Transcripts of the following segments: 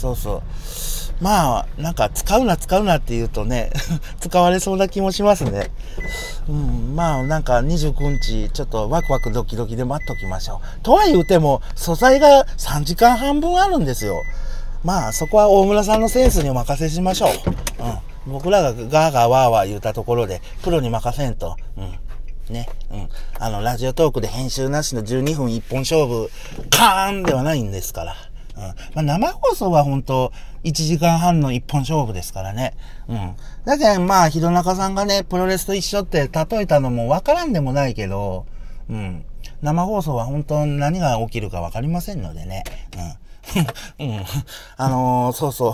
そうそう。まあ、なんか使うなって言うとね、使われそうな気もしますね。まあなんか29日ちょっとワクワクドキドキで待っときましょう。とは言うても素材が3時間半分あるんですよ。まあそこは大村さんのセンスにお任せしましょう。僕らがガーガーワーワー言ったところでプロに任せんと。ね。ラジオトークで編集なしの12分一本勝負、カーンではないんですから。生放送は本当1時間半の一本勝負ですからね。だけどまあ、弘中さんがね、プロレスと一緒って例えたのもわからんでもないけど、生放送は本当何が起きるかわかりませんのでね。そうそう。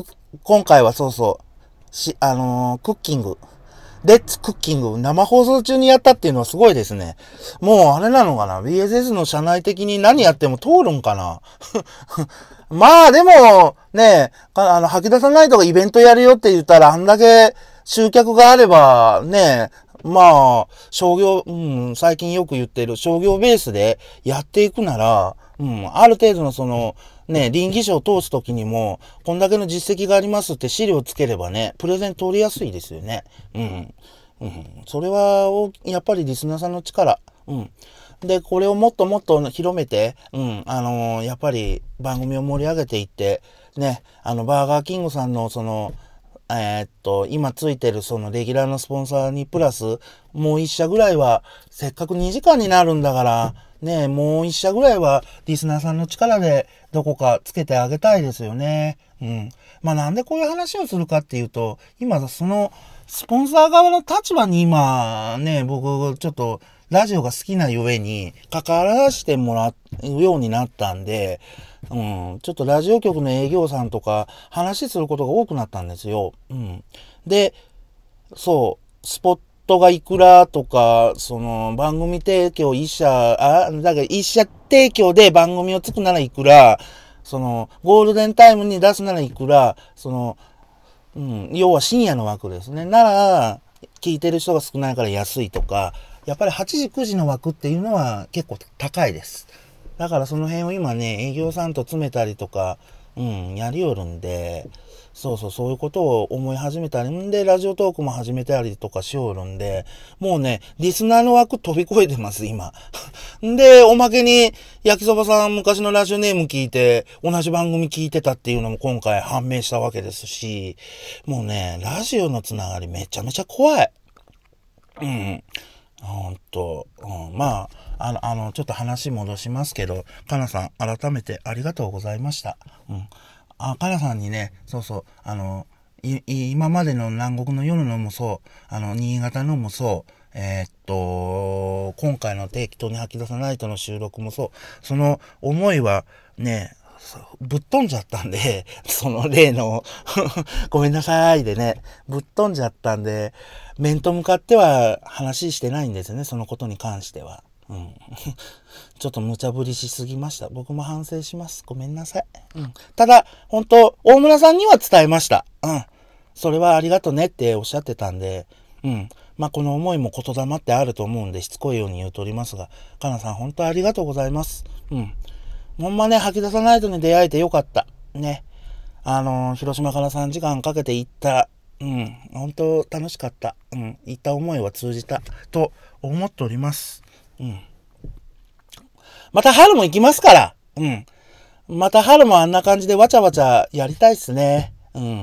今回はそうそう。クッキング。レッツクッキング生放送中にやったっていうのはすごいですね。もうあれなのかな ?BSS の社内的に何やっても通るんかなまあでも、ね、吐き出さないとかイベントやるよって言ったらあんだけ集客があれば、ね、まあ、商業、最近よく言ってる商業ベースでやっていくなら、ある程度のその、ね、倫理賞を通すときにも、こんだけの実績がありますって資料つければね、プレゼン通りやすいですよね。それは、やっぱりリスナーさんの力。で、これをもっともっと広めて、やっぱり番組を盛り上げていって、ね、バーガーキングさんのその、今ついてるそのレギュラーのスポンサーにプラス、もう一社ぐらいは、せっかく2時間になるんだから、ね、もう一社ぐらいはリスナーさんの力でどこかつけてあげたいですよね。まあなんでこういう話をするかっていうと、今そのスポンサー側の立場に今ね、僕ちょっとラジオが好きなゆえに関わらせてもらうようになったんで、ちょっとラジオ局の営業さんとか話することが多くなったんですよ。で、そう、スポットがいくらとか、その番組提供だから一社提供で番組を作るならいくら、そのゴールデンタイムに出すならいくら、その、要は深夜の枠ですね。なら、聞いてる人が少ないから安いとか、やっぱり8時9時の枠っていうのは結構高いです。だからその辺を今ね、営業さんと詰めたりとか、やりよるんで、そういうことを思い始めたりんで、ラジオトークも始めたりとかしよるんで、もうね、リスナーの枠飛び越えてます、今。で、おまけに、焼きそばさん昔のラジオネーム聞いて、同じ番組聞いてたっていうのも今回判明したわけですし、もうね、ラジオのつながりめちゃめちゃ怖い。まあ、ちょっと話戻しますけど、かなさん、改めてありがとうございました。かなさんにね、今までの南国の夜のもそう、新潟のもそう、今回の定期当に吐き出さないとの収録もそう、その思いはね、ぶっ飛んじゃったんで、その例のごめんなさいでね、ぶっ飛んじゃったんで、面と向かっては話してないんですね、そのことに関しては。ちょっと無茶ぶりしすぎました。僕も反省します。ごめんなさい。ただ、本当大村さんには伝えました。それはありがとねっておっしゃってたんで、まあ、この思いも言霊ってあると思うんで、しつこいように言うとおりますが、かなさん本当ありがとうございます。ほんまね、吐き出さないとに出会えてよかった。ね。広島から3時間かけて行った。本当楽しかった。行った思いは通じた。と思っております。また春も行きますから。また春もあんな感じでわちゃわちゃやりたいっすね。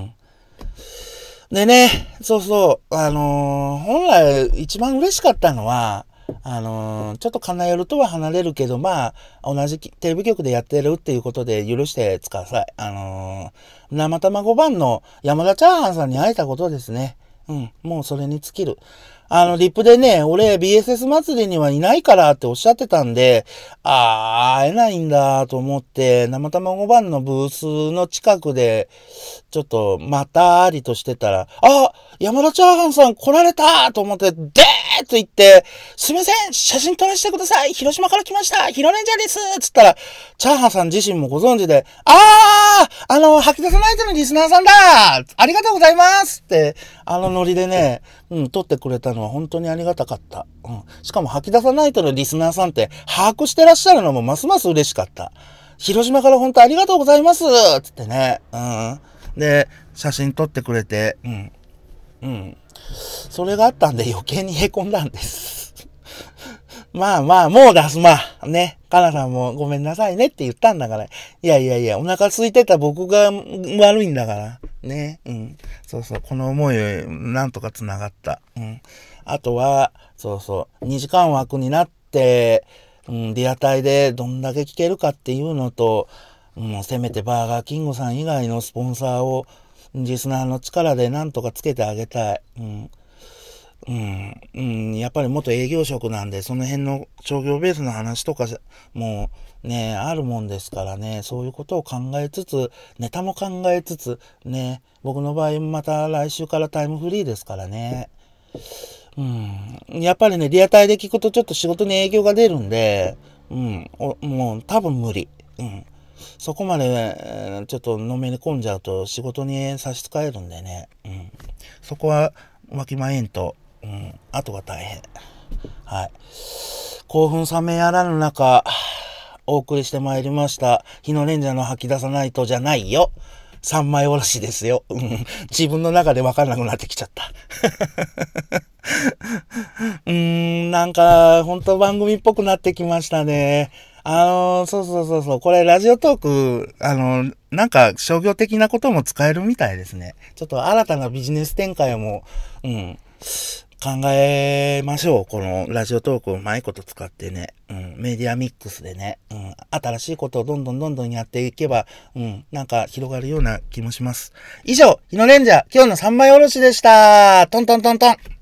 でね、本来一番嬉しかったのは、ちょっと金夜とは離れるけど、まあ、同じテレビ局でやってるっていうことで許してください。生卵番の山田チャーハンさんに会えたことですね。もうそれに尽きる。リップでね、俺 BSS 祭りにはいないからっておっしゃってたんで、会えないんだと思って、生卵番のブースの近くで、ちょっとまたりとしてたら、山田チャーハンさん来られたと思って、でーっと言って、すいません写真撮らせてください広島から来ましたヒロレンジャーですつったら、チャーハンさん自身もご存知で、吐き出さないとのリスナーさんだありがとうございますって、ノリでね、撮ってくれたのは本当にありがたかった。しかも吐き出さないとのリスナーさんって把握してらっしゃるのもますます嬉しかった。 広島から本当ありがとうございますつってね。うん。で、写真撮ってくれて、うん。うん。それがあったんで余計に凹んだんです。まあまあ、もう出すまあ。ね。かなさんもごめんなさいねって言ったんだから。いやいやいや、お腹空いてた僕が悪いんだから。ね。うん。そうそう。この思い、なんとか繋がった。うん。あとは、そうそう。2時間枠になって、うん、リアタイでどんだけ聞けるかっていうのと、もうせめてバーガーキングさん以外のスポンサーをリスナーの力でなんとかつけてあげたい。うん。うん。うん。やっぱり元営業職なんで、その辺の商業ベースの話とかもね、あるもんですからね、そういうことを考えつつ、ネタも考えつつ、ね、僕の場合また来週からタイムフリーですからね。うん。やっぱりね、リアタイで聞くとちょっと仕事に影響が出るんで、うん。もう多分無理。うん。そこまで、ちょっとのめり込んじゃうと仕事に差し支えるんでね。うん。そこはわきまえんと、うん。あとが大変。はい。興奮冷めやらぬ中、お送りしてまいりました。日のレンジャーの吐き出さないとじゃないよ。三枚おろしですよ。うん、自分の中で分からなくなってきちゃった。なんか、本当番組っぽくなってきましたね。そう。これ、ラジオトーク、なんか、商業的なことも使えるみたいですね。ちょっと新たなビジネス展開も、うん、考えましょう。このラジオトークをうまいこと使ってね。うん。メディアミックスでね。うん。新しいことをどんどんやっていけば、うん。なんか広がるような気もします。以上、日のレンジャー、今日の3枚おろしでした。トントントントン。